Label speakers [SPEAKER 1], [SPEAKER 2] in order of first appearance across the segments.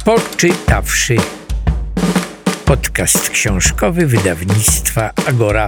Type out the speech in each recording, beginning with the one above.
[SPEAKER 1] Poczytawszy. Podcast książkowy wydawnictwa Agora.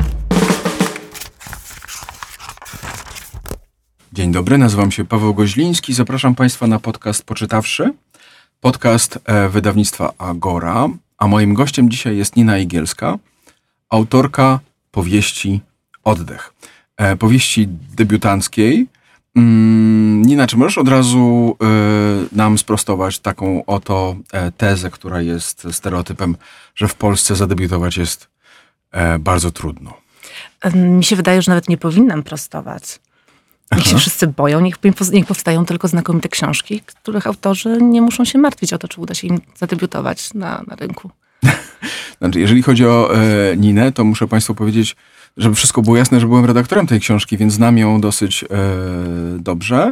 [SPEAKER 2] Dzień dobry, nazywam się Paweł Goźliński. Zapraszam Państwa na podcast Poczytawszy. Podcast wydawnictwa Agora. A moim gościem dzisiaj jest Nina Igielska, autorka powieści Oddech. Powieści debiutanckiej. Nina, czy możesz od razu nam sprostować taką oto tezę, która jest stereotypem, że w Polsce zadebiutować jest bardzo trudno?
[SPEAKER 3] Mi się wydaje, że nawet nie powinnam prostować. Niech się wszyscy boją, niech powstają tylko znakomite książki, których autorzy nie muszą się martwić o to, czy uda się im zadebiutować na rynku.
[SPEAKER 2] Znaczy, jeżeli chodzi o Ninę, to muszę Państwu powiedzieć, żeby wszystko było jasne, że byłem redaktorem tej książki, więc znam ją dosyć dobrze.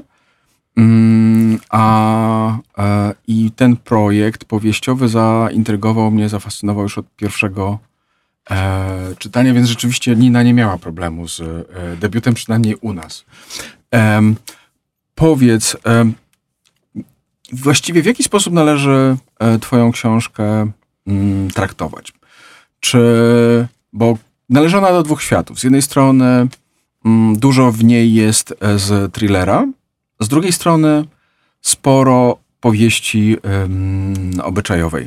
[SPEAKER 2] I ten projekt powieściowy zaintrygował mnie, zafascynował już od pierwszego czytania, więc rzeczywiście Nina nie miała problemu z debiutem, przynajmniej u nas. Powiedz, właściwie w jaki sposób należy twoją książkę traktować? Bo należy ona do dwóch światów. Z jednej strony dużo w niej jest z thrillera, z drugiej strony sporo powieści obyczajowej.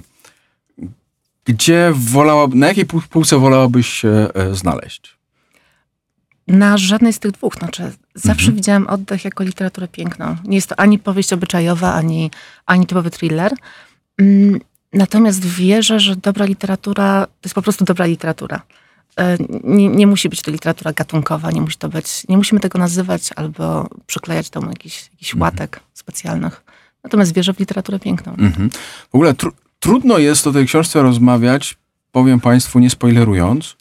[SPEAKER 2] Na jakiej półce wolałabyś się znaleźć?
[SPEAKER 3] Na żadnej z tych dwóch. Zawsze widziałam Oddech jako literaturę piękną. Nie jest to ani powieść obyczajowa, ani typowy thriller. Natomiast wierzę, że dobra literatura to jest po prostu dobra literatura. Nie musi być to literatura gatunkowa, nie musimy tego nazywać albo przyklejać tam jakiś łatek specjalnych. Natomiast wierzę w literaturę piękną.
[SPEAKER 2] W ogóle trudno jest o tej książce rozmawiać, powiem Państwu, nie spoilerując.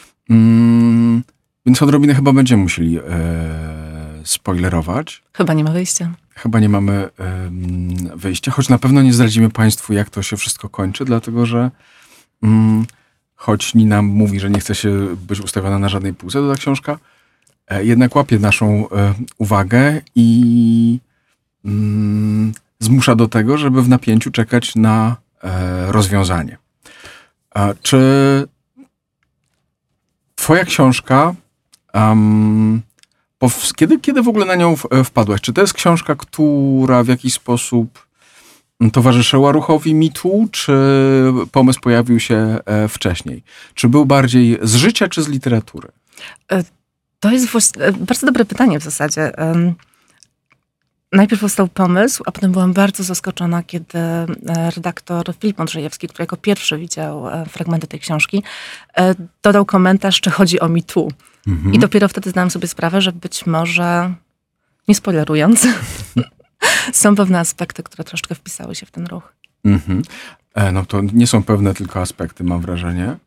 [SPEAKER 2] Więc odrobinę chyba będziemy musieli spoilerować.
[SPEAKER 3] Chyba nie ma wyjścia.
[SPEAKER 2] Chyba nie mamy wyjścia, choć na pewno nie zdradzimy Państwu, jak to się wszystko kończy, dlatego że choć Nina mówi, że nie chce się być ustawiona na żadnej półce, to ta książka jednak łapie naszą uwagę i zmusza do tego, żeby w napięciu czekać na rozwiązanie. Czy twoja książka, kiedy w ogóle na nią wpadłaś? Czy to jest książka, która w jakiś sposób towarzyszyła ruchowi MeToo, czy pomysł pojawił się wcześniej? Czy był bardziej z życia, czy z literatury?
[SPEAKER 3] To jest bardzo dobre pytanie w zasadzie. Najpierw powstał pomysł, a potem byłam bardzo zaskoczona, kiedy redaktor Filip Modrzejewski, który jako pierwszy widział fragmenty tej książki, dodał komentarz, czy chodzi o MeToo. I dopiero wtedy zdałam sobie sprawę, że być może, nie spoilerując, są pewne aspekty, które troszeczkę wpisały się w ten ruch.
[SPEAKER 2] No to nie są pewne tylko aspekty, mam wrażenie.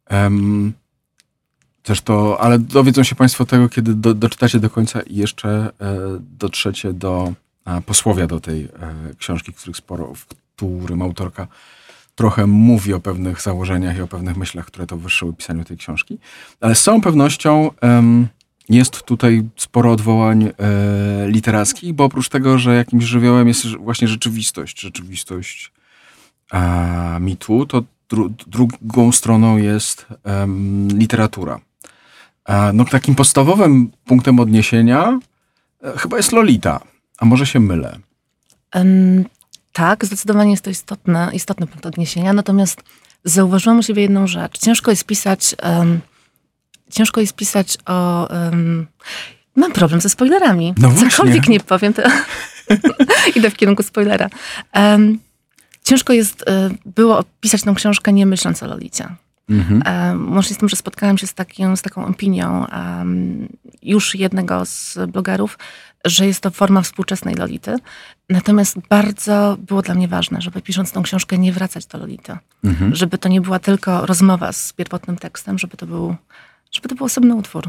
[SPEAKER 2] Ale dowiedzą się Państwo tego, kiedy doczytacie do końca i jeszcze dotrzecie do posłowia do tej książki, w którym autorka trochę mówi o pewnych założeniach i o pewnych myślach, które towarzyszyły pisaniu tej książki. Ale z całą pewnością jest tutaj sporo odwołań literackich, bo oprócz tego, że jakimś żywiołem jest właśnie rzeczywistość MeToo, to drugą stroną jest literatura. Takim podstawowym punktem odniesienia chyba jest Lolita, a może się mylę?
[SPEAKER 3] Tak, zdecydowanie jest to istotny punkt odniesienia, natomiast zauważyłam u siebie jedną rzecz. Ciężko jest pisać o... Mam problem ze spoilerami.
[SPEAKER 2] No
[SPEAKER 3] cokolwiek nie powiem, to idę w kierunku spoilera. Ciężko było pisać tą książkę nie myśląc o Lolicie. Może z tym, że spotkałam się z taką opinią już jednego z blogerów, że jest to forma współczesnej Lolity. Natomiast bardzo było dla mnie ważne, żeby pisząc tą książkę nie wracać do Lolity. Żeby to nie była tylko rozmowa z pierwotnym tekstem, żeby to był osobny utwór.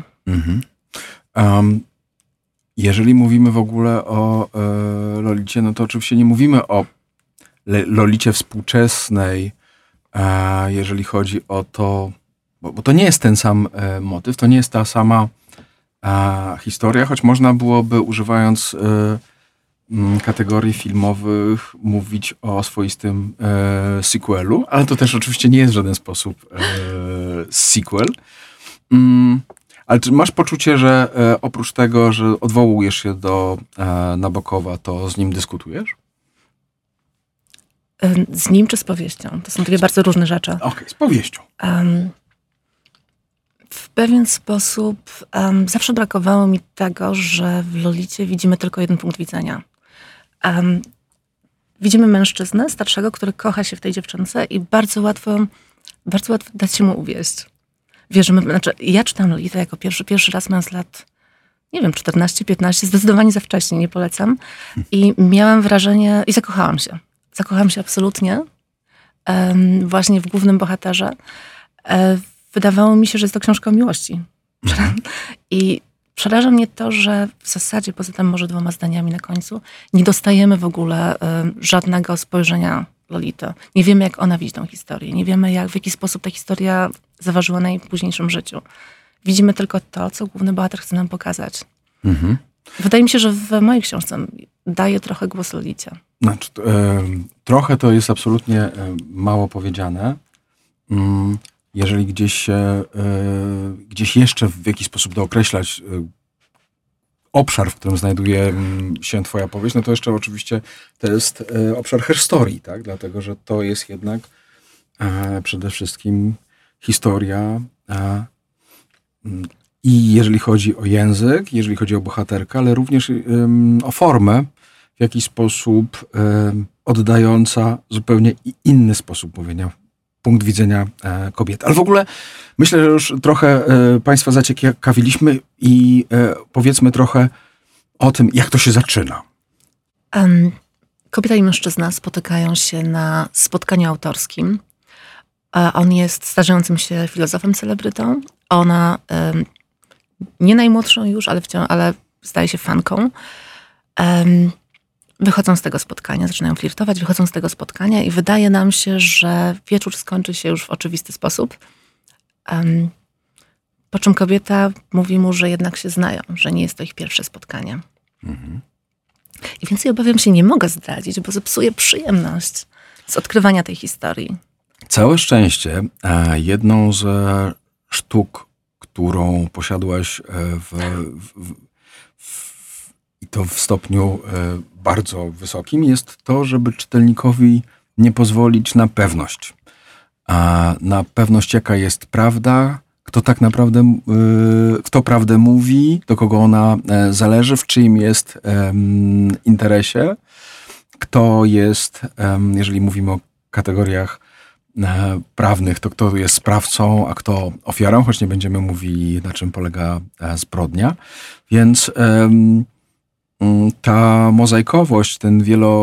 [SPEAKER 2] Jeżeli mówimy w ogóle o Lolicie, no to oczywiście nie mówimy o Lolicie współczesnej, jeżeli chodzi o to, bo to nie jest ten sam motyw, to nie jest ta sama historia, choć można byłoby, używając kategorii filmowych mówić o swoistym sequelu, ale to też oczywiście nie jest w żaden sposób sequel. Ale czy masz poczucie, że oprócz tego, że odwołujesz się do Nabokowa, to z nim dyskutujesz?
[SPEAKER 3] Z nim czy z powieścią? To są dwie bardzo różne rzeczy.
[SPEAKER 2] Okej, z powieścią.
[SPEAKER 3] W pewien sposób zawsze brakowało mi tego, że w Lolicie widzimy tylko jeden punkt widzenia. Widzimy mężczyznę starszego, który kocha się w tej dziewczynce i bardzo łatwo dać się mu uwieść. Wierzymy, znaczy ja czytam Lolitę jako pierwszy raz mając lat, nie wiem, 14, 15, zdecydowanie za wcześnie, nie polecam. I miałam wrażenie, i zakochałam się. Zakochałam się absolutnie właśnie w głównym bohaterze. Wydawało mi się, że jest to książka o miłości. I przeraża mnie to, że w zasadzie, poza tym może 2 zdaniami na końcu, nie dostajemy w ogóle żadnego spojrzenia Lolity. Nie wiemy, jak ona widzi tą historię. Nie wiemy, w jaki sposób ta historia zaważyła na jej późniejszym życiu. Widzimy tylko to, co główny bohater chce nam pokazać. Wydaje mi się, że w mojej książce daje trochę głos Lolicie.
[SPEAKER 2] Znaczy, trochę to jest absolutnie mało powiedziane. Jeżeli gdzieś jeszcze w jakiś sposób dookreślać obszar, w którym znajduje się twoja powieść, no to jeszcze oczywiście to jest obszar herstorii, tak? Dlatego, że to jest jednak przede wszystkim historia i jeżeli chodzi o język, jeżeli chodzi o bohaterkę, ale również o formę, w jakiś sposób oddająca zupełnie inny sposób mówienia, punkt widzenia kobiety. Ale w ogóle myślę, że już trochę państwa zaciekawiliśmy i powiedzmy trochę o tym, jak to się zaczyna.
[SPEAKER 3] Kobieta i mężczyzna spotykają się na spotkaniu autorskim. On jest starzejącym się filozofem celebrytą. Ona nie najmłodszą już, ale staje się fanką. Wychodzą z tego spotkania, zaczynają flirtować, wychodzą z tego spotkania i wydaje nam się, że wieczór skończy się już w oczywisty sposób. Po czym kobieta mówi mu, że jednak się znają, że nie jest to ich pierwsze spotkanie. I więcej obawiam się, nie mogę zdradzić, bo zepsuję przyjemność z odkrywania tej historii.
[SPEAKER 2] Całe szczęście jedną ze sztuk, którą posiadłaś i to w stopniu bardzo wysokim, jest to, żeby czytelnikowi nie pozwolić na pewność. Na pewność, jaka jest prawda, kto tak naprawdę, kto prawdę mówi, do kogo ona zależy, w czyim jest interesie, kto jest, jeżeli mówimy o kategoriach prawnych, to kto jest sprawcą, a kto ofiarą, choć nie będziemy mówili, na czym polega zbrodnia. Więc ta mozaikowość, ten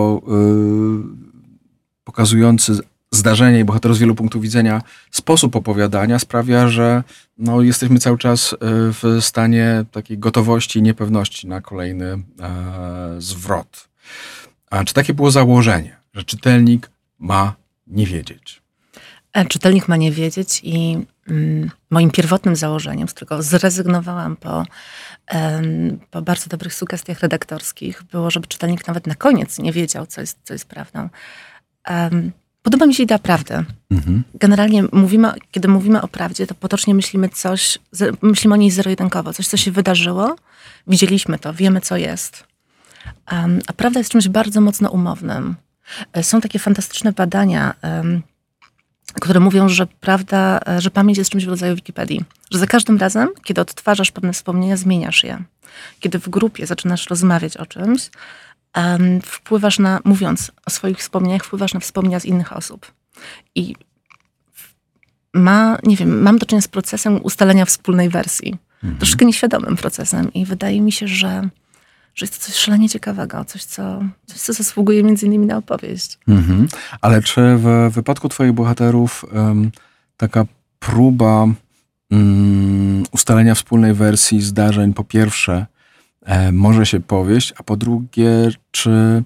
[SPEAKER 2] pokazujący zdarzenie i bohaterów z wielu punktów widzenia sposób opowiadania sprawia, że jesteśmy cały czas w stanie takiej gotowości i niepewności na kolejny zwrot. A czy takie było założenie, że czytelnik ma nie wiedzieć?
[SPEAKER 3] Czytelnik ma nie wiedzieć i moim pierwotnym założeniem, z którego zrezygnowałam po bardzo dobrych sugestiach redaktorskich, było, żeby czytelnik nawet na koniec nie wiedział, co jest prawdą. Podoba mi się idea prawdy. Generalnie kiedy mówimy o prawdzie, to potocznie myślimy o niej zero-jedynkowo. Coś, co się wydarzyło, widzieliśmy to, wiemy, co jest. A prawda jest czymś bardzo mocno umownym. Są takie fantastyczne badania, które mówią, że że pamięć jest czymś w rodzaju Wikipedii. Że za każdym razem, kiedy odtwarzasz pewne wspomnienia, zmieniasz je. Kiedy w grupie zaczynasz rozmawiać o czymś, mówiąc o swoich wspomnieniach, wpływasz na wspomnienia z innych osób. I mam do czynienia z procesem ustalenia wspólnej wersji. Troszkę nieświadomym procesem. I wydaje mi się, że jest to coś szalenie ciekawego. Coś, co zasługuje między innymi na opowieść.
[SPEAKER 2] Ale czy w wypadku twoich bohaterów taka próba ustalenia wspólnej wersji zdarzeń, po pierwsze, może się powieść, a po drugie, czy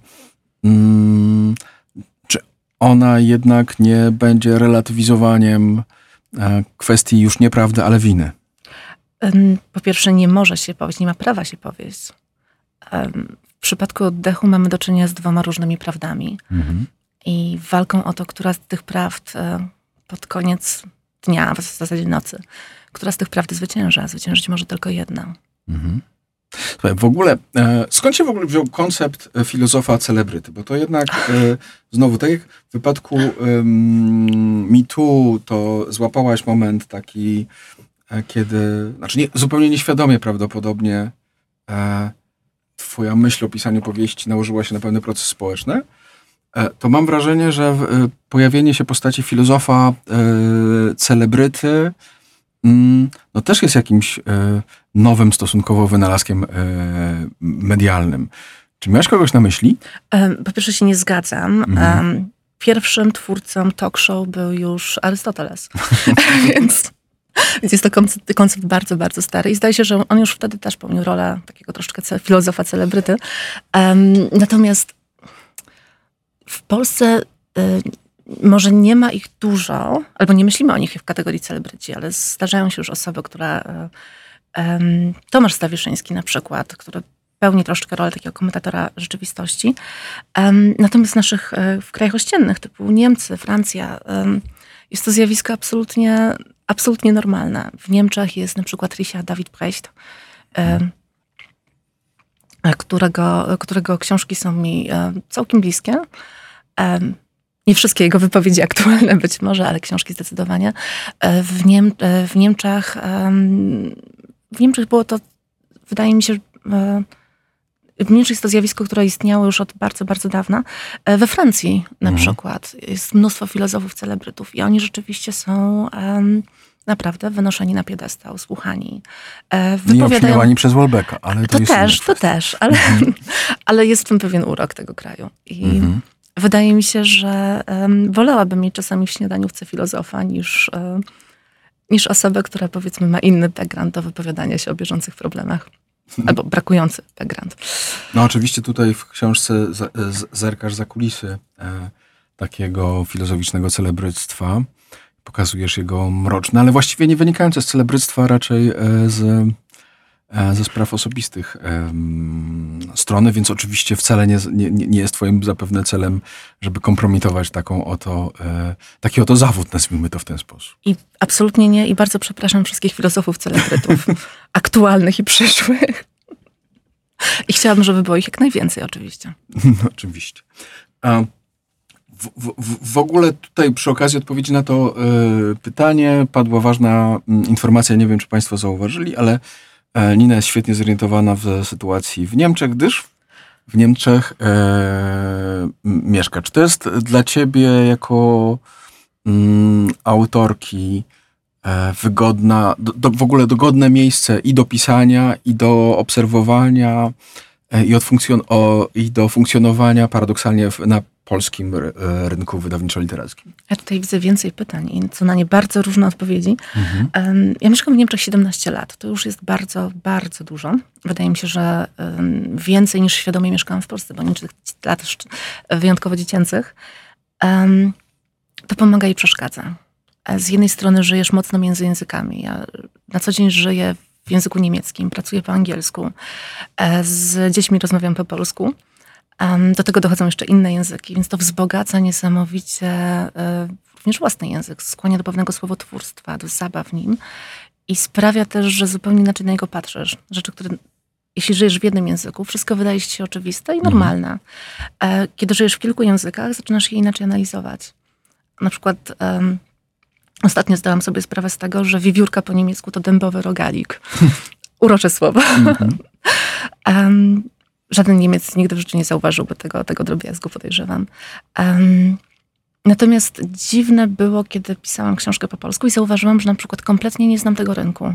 [SPEAKER 2] ona jednak nie będzie relatywizowaniem kwestii już nie prawdy, ale winy? Po
[SPEAKER 3] pierwsze, nie może się powieść, nie ma prawa się powieść. w przypadku oddechu mamy do czynienia z 2 różnymi prawdami. I walką o to, która z tych prawd pod koniec dnia, w zasadzie nocy, która z tych prawd zwycięża. Zwyciężyć może tylko jedna.
[SPEAKER 2] Słuchaj, w ogóle, skąd się w ogóle wziął koncept filozofa celebryty? Bo to jednak, znowu, tak jak w wypadku Me Too, to złapałaś moment taki, kiedy, znaczy zupełnie nieświadomie prawdopodobnie twoja myśl o pisaniu powieści nałożyła się na pewne procesy społeczne, to mam wrażenie, że pojawienie się postaci filozofa celebryty no też jest jakimś nowym stosunkowo wynalazkiem medialnym. Czy miałeś kogoś na myśli?
[SPEAKER 3] Po pierwsze się nie zgadzam. Pierwszym twórcą talk show był już Arystoteles. Więc jest to koncept bardzo, bardzo stary. I zdaje się, że on już wtedy też pełnił rolę takiego troszeczkę filozofa celebryty. Natomiast w Polsce może nie ma ich dużo, albo nie myślimy o nich w kategorii celebryci, ale zdarzają się już osoby, które... Tomasz Stawiszyński na przykład, który pełni troszkę rolę takiego komentatora rzeczywistości. Natomiast w krajach ościennych, typu Niemcy, Francja, jest to zjawisko absolutnie normalne. W Niemczech jest na przykład Richard David Brecht, którego książki są mi całkiem bliskie. Nie wszystkie jego wypowiedzi aktualne być może, ale książki zdecydowanie. W Niemczech było to, wydaje mi się, w Niemczech jest to zjawisko, które istniało już od bardzo, bardzo dawna. We Francji na przykład jest mnóstwo filozofów, celebrytów i oni rzeczywiście są naprawdę wynoszeni na piedestał, słuchani.
[SPEAKER 2] Nie opiniowani przez Welbecka, ale
[SPEAKER 3] to też, ale jest w tym pewien urok tego kraju. I wydaje mi się, że wolałabym mieć czasami w śniadaniówce filozofa niż osobę, która powiedzmy ma inny background do wypowiadania się o bieżących problemach. Albo brakujący background.
[SPEAKER 2] No oczywiście tutaj w książce zerkasz za kulisy takiego filozoficznego celebryctwa. Pokazujesz jego mroczne, ale właściwie nie wynikające z celebryctwa, raczej ze spraw osobistych strony, więc oczywiście wcale nie jest twoim zapewne celem, żeby kompromitować taki oto zawód, nazwijmy to w ten sposób.
[SPEAKER 3] I absolutnie nie. I bardzo przepraszam wszystkich filozofów, celebrytów, aktualnych i przyszłych. I chciałabym, żeby było ich jak najwięcej, oczywiście.
[SPEAKER 2] No, oczywiście. W ogóle tutaj przy okazji odpowiedzi na to pytanie padła ważna informacja, nie wiem, czy państwo zauważyli, ale Nina jest świetnie zorientowana w sytuacji w Niemczech, gdyż w Niemczech mieszka. Czy to jest dla ciebie jako autorki wygodna, w ogóle dogodne miejsce i do pisania, i do obserwowania, i do funkcjonowania paradoksalnie na polskim rynku wydawniczo-literackim?
[SPEAKER 3] Ja tutaj widzę więcej pytań i co na nie bardzo różne odpowiedzi. Ja mieszkam w Niemczech 17 lat. To już jest bardzo, bardzo dużo. Wydaje mi się, że więcej niż świadomie mieszkałam w Polsce, bo nie tych lat wyjątkowo dziecięcych. To pomaga i przeszkadza. Z jednej strony żyjesz mocno między językami. Ja na co dzień żyję w języku niemieckim, pracuję po angielsku. Z dziećmi rozmawiam po polsku. Do tego dochodzą jeszcze inne języki, więc to wzbogaca niesamowicie również własny język, skłania do pewnego słowotwórstwa, do zabaw w nim i sprawia też, że zupełnie inaczej na niego patrzysz. Rzeczy, które, jeśli żyjesz w jednym języku, wszystko wydaje się oczywiste i normalne. Kiedy żyjesz w kilku językach, zaczynasz je inaczej analizować. Na przykład ostatnio zdałam sobie sprawę z tego, że wiewiórka po niemiecku to dębowy rogalik. Urocze słowo. Żaden Niemiec nigdy w życiu nie zauważyłby tego drobiazgu, podejrzewam. Natomiast dziwne było, kiedy pisałam książkę po polsku i zauważyłam, że na przykład kompletnie nie znam tego rynku.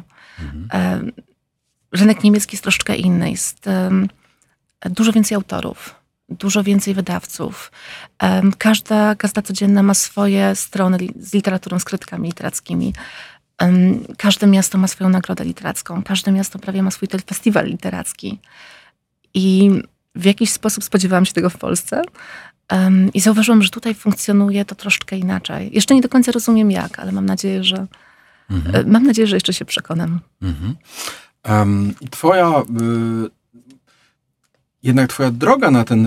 [SPEAKER 3] Rynek niemiecki jest troszeczkę inny. Jest dużo więcej autorów, dużo więcej wydawców. Każda gazeta codzienna ma swoje strony z literaturą, z krytykami literackimi. Każde miasto ma swoją nagrodę literacką. Każde miasto prawie ma swój festiwal literacki. I w jakiś sposób spodziewałam się tego w Polsce i zauważyłam, że tutaj funkcjonuje to troszeczkę inaczej. Jeszcze nie do końca rozumiem jak, ale mam nadzieję, że jeszcze się przekonam.
[SPEAKER 2] Twoja jednak twoja droga na ten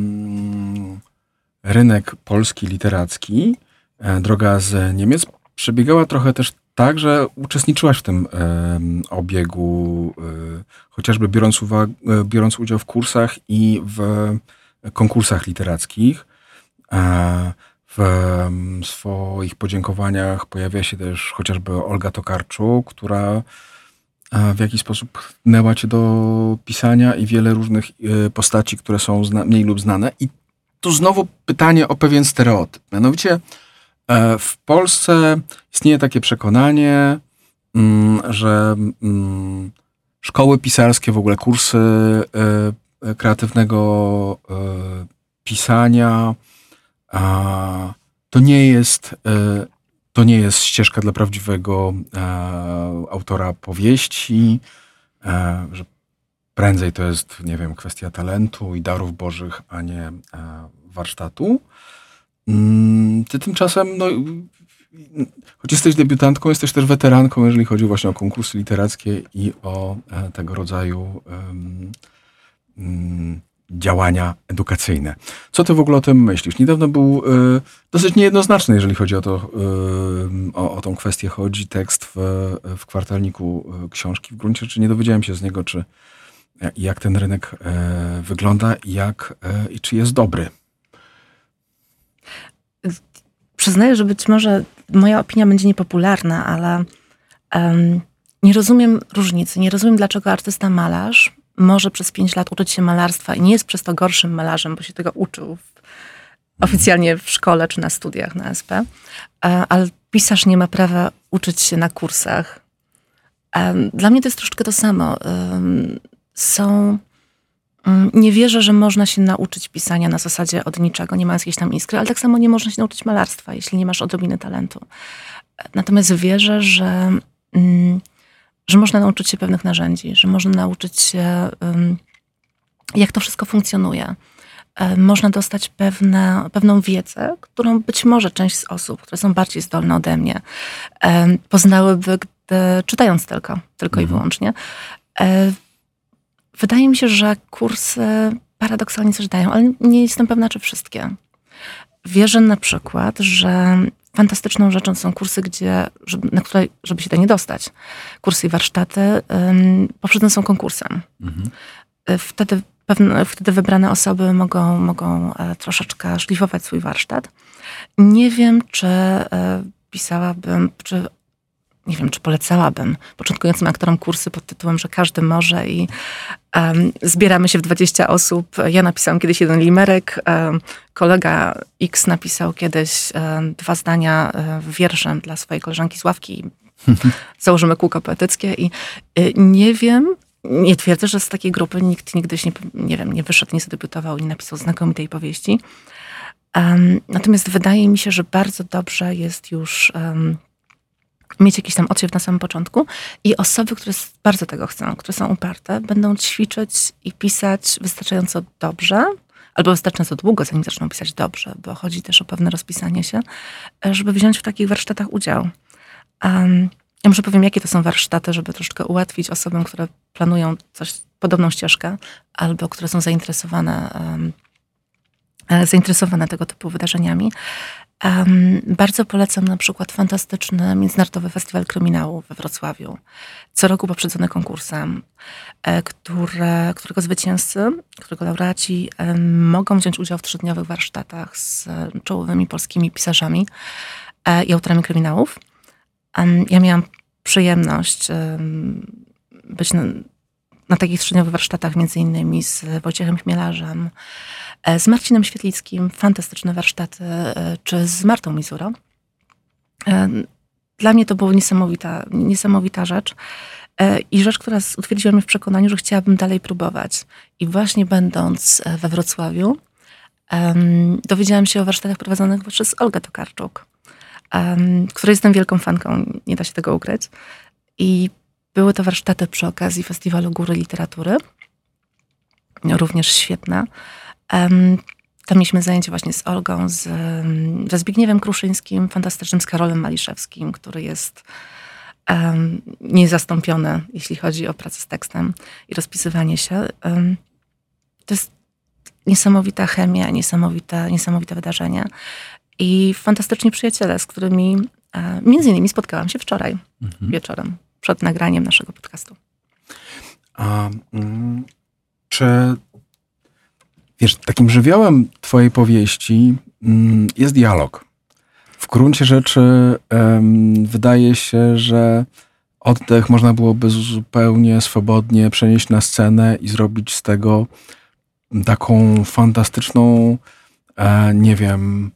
[SPEAKER 2] rynek polski literacki, droga z Niemiec, przebiegała trochę też tak, że uczestniczyłaś w tym obiegu, chociażby biorąc udział w kursach i w konkursach literackich. W swoich podziękowaniach pojawia się też chociażby Olga Tokarczuk, która w jakiś sposób pchnęła cię do pisania i wiele różnych postaci, które są mniej lub znane. I tu znowu pytanie o pewien stereotyp. Mianowicie w Polsce istnieje takie przekonanie, że szkoły pisarskie, w ogóle kursy kreatywnego pisania to nie jest ścieżka dla prawdziwego autora powieści, że prędzej to jest, nie wiem, kwestia talentu i darów bożych, a nie warsztatu. Ty tymczasem, choć jesteś debiutantką, jesteś też weteranką, jeżeli chodzi właśnie o konkursy literackie i o tego rodzaju działania edukacyjne. Co ty w ogóle o tym myślisz? Niedawno był dosyć niejednoznaczny, jeżeli chodzi o tą kwestię. Chodzi tekst w kwartalniku książki. W gruncie rzeczy nie dowiedziałem się z niego, jak ten rynek wygląda i czy jest dobry.
[SPEAKER 3] Przyznaję, że być może moja opinia będzie niepopularna, ale nie rozumiem różnicy. Nie rozumiem, dlaczego artysta malarz może przez 5 lat uczyć się malarstwa i nie jest przez to gorszym malarzem, bo się tego uczył oficjalnie w szkole czy na studiach na SP, ale pisarz nie ma prawa uczyć się na kursach. Dla mnie to jest troszeczkę to samo. Nie wierzę, że można się nauczyć pisania na zasadzie od niczego, nie mając jakiejś tam iskry, ale tak samo nie można się nauczyć malarstwa, jeśli nie masz odrobiny talentu. Natomiast wierzę, że można nauczyć się pewnych narzędzi, że można nauczyć się, jak to wszystko funkcjonuje. Można dostać pewną wiedzę, którą być może część z osób, które są bardziej zdolne ode mnie, poznałyby, czytając tylko i wyłącznie. Wydaje mi się, że kursy paradoksalnie coś dają, ale nie jestem pewna, czy wszystkie. Wierzę na przykład, że fantastyczną rzeczą są kursy, na które, żeby się do nie dostać, kursy i warsztaty poprzedzone są konkursem. Wtedy wybrane osoby mogą troszeczkę szlifować swój warsztat. Nie wiem, czy pisałabym, nie wiem, czy polecałabym początkującym aktorom kursy pod tytułem, że każdy może i zbieramy się w 20 osób. Ja napisałam kiedyś 1 limerek, kolega X napisał kiedyś 2 zdania wierszem dla swojej koleżanki z ławki. Założymy kółko poetyckie i nie wiem, nie twierdzę, że z takiej grupy nikt nigdy się nie wyszedł, nie zadebiutował i nie napisał znakomitej powieści. Natomiast wydaje mi się, że bardzo dobrze jest już mieć jakiś tam odsiew na samym początku i osoby, które bardzo tego chcą, które są uparte, będą ćwiczyć i pisać wystarczająco dobrze, albo wystarczająco długo, zanim zaczną pisać dobrze, bo chodzi też o pewne rozpisanie się, żeby wziąć w takich warsztatach udział. Ja może powiem, jakie to są warsztaty, żeby troszeczkę ułatwić osobom, które planują podobną ścieżkę, albo które są zainteresowane tego typu wydarzeniami. Bardzo polecam na przykład fantastyczny Międzynarodowy Festiwal Kryminału we Wrocławiu. Co roku poprzedzony konkursem, którego zwycięzcy, którego laureaci mogą wziąć udział w 3-dniowych warsztatach z czołowymi polskimi pisarzami i autorami kryminałów. Ja miałam przyjemność być na takich 3-dniowych warsztatach między innymi z Wojciechem Chmielarzem, z Marcinem Świetlickim, fantastyczne warsztaty, czy z Martą Mizuro. Dla mnie to była niesamowita rzecz i rzecz, która utwierdziła mnie w przekonaniu, że chciałabym dalej próbować. I właśnie będąc we Wrocławiu dowiedziałam się o warsztatach prowadzonych przez Olgę Tokarczuk, której jestem wielką fanką, nie da się tego ukryć. I były to warsztaty przy okazji Festiwalu Góry Literatury, również świetne. Tam mieliśmy zajęcie właśnie z Olgą, ze Zbigniewem Kruszyńskim, fantastycznym, z Karolem Maliszewskim, który jest niezastąpiony, jeśli chodzi o pracę z tekstem i rozpisywanie się. to jest niesamowita chemia, niesamowite wydarzenie. I fantastyczni przyjaciele, z którymi między innymi spotkałam się wczoraj wieczorem, przed nagraniem naszego podcastu.
[SPEAKER 2] Czy wiesz, takim żywiołem twojej powieści jest dialog. W gruncie rzeczy wydaje się, że oddech można byłoby zupełnie swobodnie przenieść na scenę i zrobić z tego taką fantastyczną, nie wiem,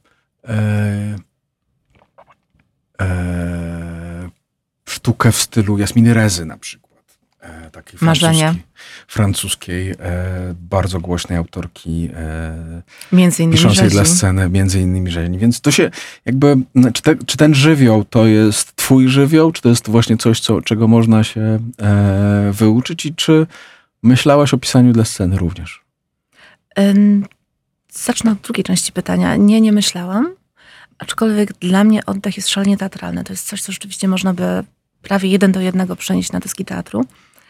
[SPEAKER 2] sztukę w stylu Jasminy Rezy na przykład. Takiej francuskiej, bardzo głośnej autorki,
[SPEAKER 3] między innymi
[SPEAKER 2] piszącej
[SPEAKER 3] rzezi.
[SPEAKER 2] dla sceny, między innymi rzezi. Więc to się jakby, czy ten żywioł to jest twój żywioł, czy to jest właśnie coś, czego można się wyuczyć i czy myślałaś o pisaniu dla sceny również?
[SPEAKER 3] Zacznę od drugiej części pytania. Nie myślałam, aczkolwiek dla mnie oddech jest szalenie teatralny. To jest coś, co rzeczywiście można by prawie 1 do 1 przenieść na deski teatru.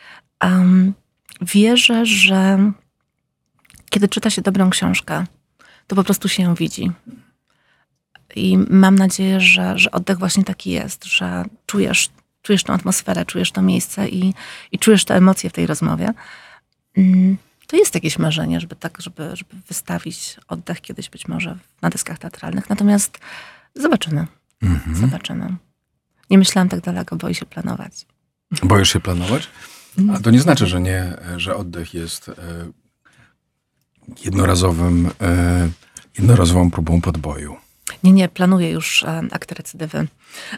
[SPEAKER 3] Wierzę, że kiedy czyta się dobrą książkę, to po prostu się ją widzi. I mam nadzieję, że oddech właśnie taki jest, że czujesz tę atmosferę, czujesz to miejsce i czujesz te emocje w tej rozmowie. To jest jakieś marzenie, żeby wystawić oddech kiedyś być może na deskach teatralnych. Natomiast zobaczymy. Zobaczymy. Nie myślałam tak daleko, boję się planować.
[SPEAKER 2] Boisz się planować? A to nie znaczy, że oddech jest jednorazową próbą podboju.
[SPEAKER 3] Nie, planuję już akt recydywy.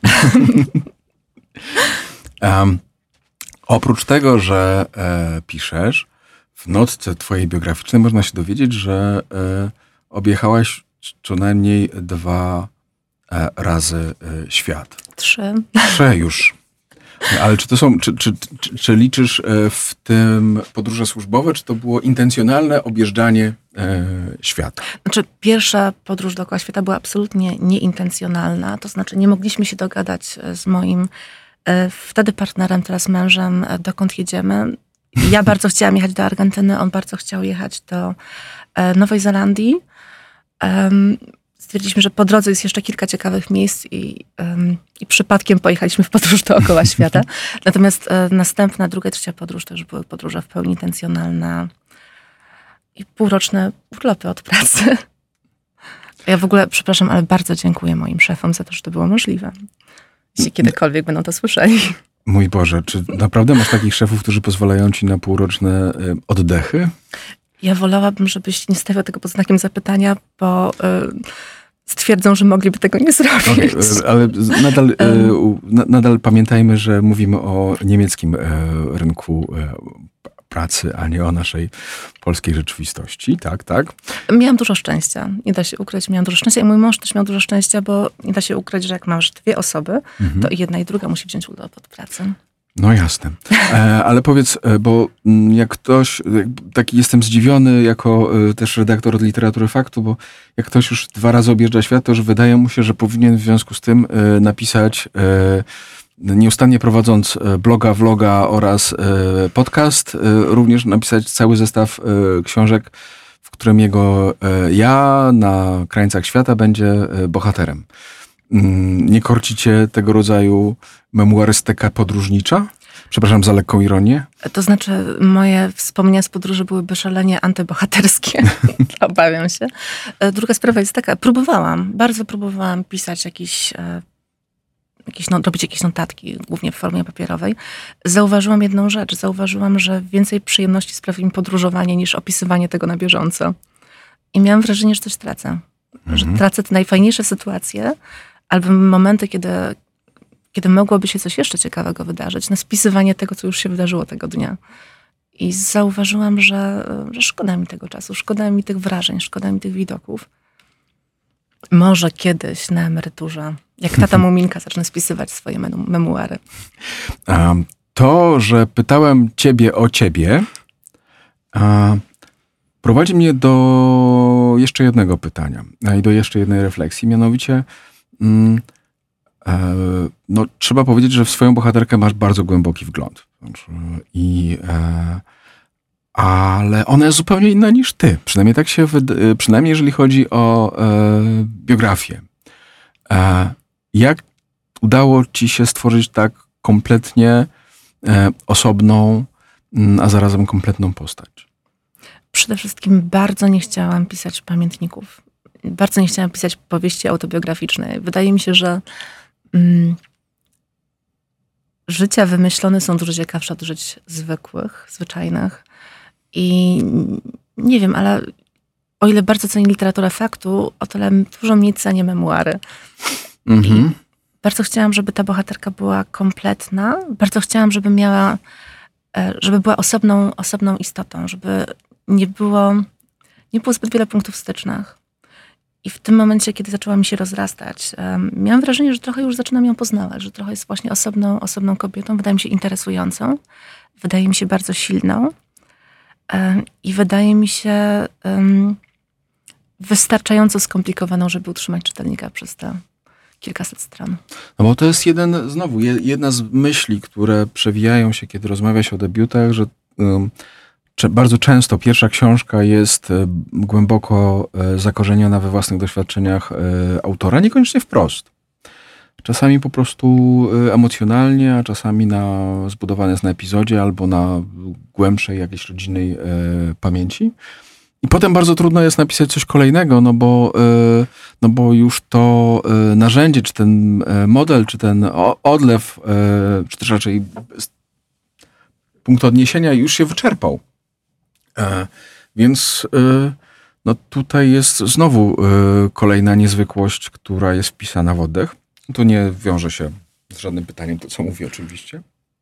[SPEAKER 2] Oprócz tego, że piszesz, w notce twojej biograficznej można się dowiedzieć, że objechałaś co najmniej 2 razy świat.
[SPEAKER 3] 3.
[SPEAKER 2] 3 już. Ale czy to są, czy liczysz w tym podróże służbowe, czy to było intencjonalne objeżdżanie świata?
[SPEAKER 3] Znaczy, pierwsza podróż dookoła świata była absolutnie nieintencjonalna. To znaczy, nie mogliśmy się dogadać z moim wtedy partnerem, teraz mężem, dokąd jedziemy. Ja bardzo chciałam jechać do Argentyny, on bardzo chciał jechać do Nowej Zelandii. Stwierdziliśmy, że po drodze jest jeszcze kilka ciekawych miejsc i przypadkiem pojechaliśmy w podróż dookoła świata. Natomiast następna, druga, trzecia podróż to już były podróże w pełni intencjonalne i półroczne urlopy od pracy. Ja w ogóle, przepraszam, ale bardzo dziękuję moim szefom za to, że to było możliwe. Jeśli kiedykolwiek będą to słyszeli.
[SPEAKER 2] Mój Boże, czy naprawdę masz takich szefów, którzy pozwalają ci na półroczne oddechy?
[SPEAKER 3] Ja wolałabym, żebyś nie stawiał tego pod znakiem zapytania, bo stwierdzą, że mogliby tego nie zrobić. Okay,
[SPEAKER 2] ale nadal pamiętajmy, że mówimy o niemieckim rynku pracy, a nie o naszej polskiej rzeczywistości. Tak, tak.
[SPEAKER 3] Miałam dużo szczęścia. Nie da się ukryć, miałam dużo szczęścia. I mój mąż też miał dużo szczęścia, bo nie da się ukryć, że jak masz 2 osoby, to i jedna i druga musi wziąć urlop od pracy.
[SPEAKER 2] No jasne. Ale powiedz, bo jak ktoś, taki jestem zdziwiony jako też redaktor od Literatury Faktu, bo jak ktoś już 2 razy objeżdża świat, to już wydaje mu się, że powinien w związku z tym napisać, nieustannie prowadząc bloga, vloga oraz podcast, również napisać cały zestaw książek, w którym jego ja na krańcach świata będzie bohaterem. Nie korci cię tego rodzaju memuarystyka podróżnicza? Przepraszam za lekką ironię. To
[SPEAKER 3] znaczy, moje wspomnienia z podróży byłyby szalenie antybohaterskie. Obawiam się. Druga sprawa jest taka, bardzo próbowałam pisać robić jakieś notatki, głównie w formie papierowej. Zauważyłam jedną rzecz. Zauważyłam, że więcej przyjemności sprawi mi podróżowanie niż opisywanie tego na bieżąco. I miałam wrażenie, że coś tracę. Że tracę te najfajniejsze sytuacje, albo momenty, kiedy mogłoby się coś jeszcze ciekawego wydarzyć, na spisywanie tego, co już się wydarzyło tego dnia. I zauważyłam, że szkoda mi tego czasu, szkoda mi tych wrażeń, szkoda mi tych widoków. Może kiedyś na emeryturze, jak tata Muminka, zacznę spisywać swoje memuary.
[SPEAKER 2] To, że pytałem ciebie o ciebie, prowadzi mnie do jeszcze jednego pytania i do jeszcze jednej refleksji. Mianowicie trzeba powiedzieć, że w swoją bohaterkę masz bardzo głęboki wgląd. ale ona jest zupełnie inna niż ty. Przynajmniej tak się przynajmniej jeżeli chodzi o biografię. Jak udało ci się stworzyć tak kompletnie osobną, a zarazem kompletną postać?
[SPEAKER 3] Przede wszystkim bardzo nie chciałam pisać pamiętników. Bardzo nie chciałam pisać powieści autobiograficznej. Wydaje mi się, że życia wymyślone są dużo ciekawsze od żyć zwykłych, zwyczajnych. I nie wiem, ale o ile bardzo cenię literaturę faktu, o tyle dużo mniej cenię memuary. I bardzo chciałam, żeby ta bohaterka była kompletna. Bardzo chciałam, żeby była osobną istotą, żeby nie było zbyt wiele punktów stycznych. I w tym momencie, kiedy zaczęła mi się rozrastać, miałam wrażenie, że trochę już zaczynam ją poznawać, że trochę jest właśnie osobną kobietą. Wydaje mi się interesującą, wydaje mi się bardzo silną i wydaje mi się wystarczająco skomplikowaną, żeby utrzymać czytelnika przez te kilkaset stron.
[SPEAKER 2] No bo to jest jedna z myśli, które przewijają się, kiedy rozmawia się o debiutach, że bardzo często pierwsza książka jest głęboko zakorzeniona we własnych doświadczeniach autora, niekoniecznie wprost. Czasami po prostu emocjonalnie, a czasami zbudowane jest na epizodzie albo na głębszej jakiejś rodzinnej pamięci. I potem bardzo trudno jest napisać coś kolejnego, no bo już to narzędzie, czy ten model, czy ten odlew, czy też raczej punkt odniesienia już się wyczerpał. Więc no tutaj jest znowu kolejna niezwykłość, która jest wpisana w oddech. To nie wiąże się z żadnym pytaniem, to co mówię oczywiście.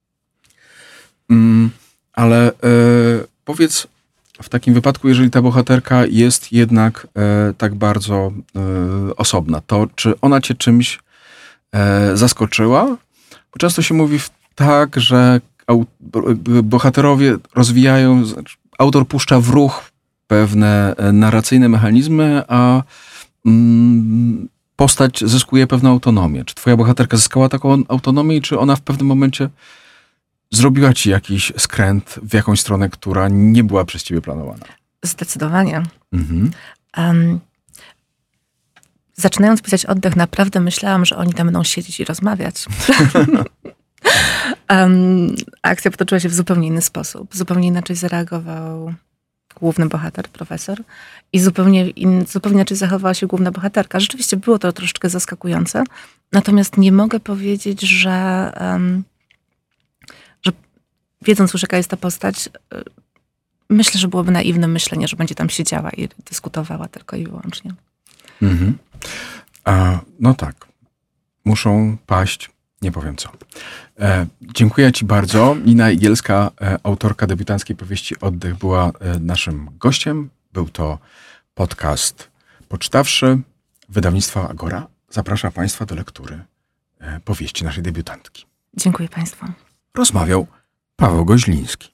[SPEAKER 2] Ale powiedz, w takim wypadku, jeżeli ta bohaterka jest jednak tak bardzo osobna, to czy ona cię czymś zaskoczyła? Bo często się mówi tak, że bohaterowie rozwijają, autor puszcza w ruch pewne narracyjne mechanizmy, a postać zyskuje pewną autonomię. Czy twoja bohaterka zyskała taką autonomię i czy ona w pewnym momencie zrobiła ci jakiś skręt w jakąś stronę, która nie była przez ciebie planowana?
[SPEAKER 3] Zdecydowanie. Zaczynając pisać Oddech, naprawdę myślałam, że oni tam będą siedzieć i rozmawiać. Akcja potoczyła się w zupełnie inny sposób. Zupełnie inaczej zareagował główny bohater, profesor. I zupełnie inaczej zachowała się główna bohaterka. Rzeczywiście było to troszeczkę zaskakujące. Natomiast nie mogę powiedzieć, że wiedząc już, jaka jest ta postać, myślę, że byłoby naiwne myślenie, że będzie tam siedziała i dyskutowała tylko i wyłącznie.
[SPEAKER 2] No tak. Muszą paść, nie powiem co. Dziękuję ci bardzo. Nina Igielska, autorka debiutanckiej powieści Oddech, była naszym gościem. Był to podcast Poczytawszy wydawnictwa Agora. Zapraszam państwa do lektury powieści naszej debiutantki.
[SPEAKER 3] Dziękuję państwu.
[SPEAKER 2] Rozmawiał Paweł Goźliński.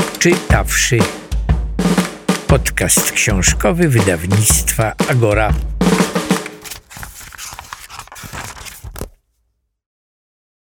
[SPEAKER 1] Poczytawszy. Podcast książkowy wydawnictwa Agora.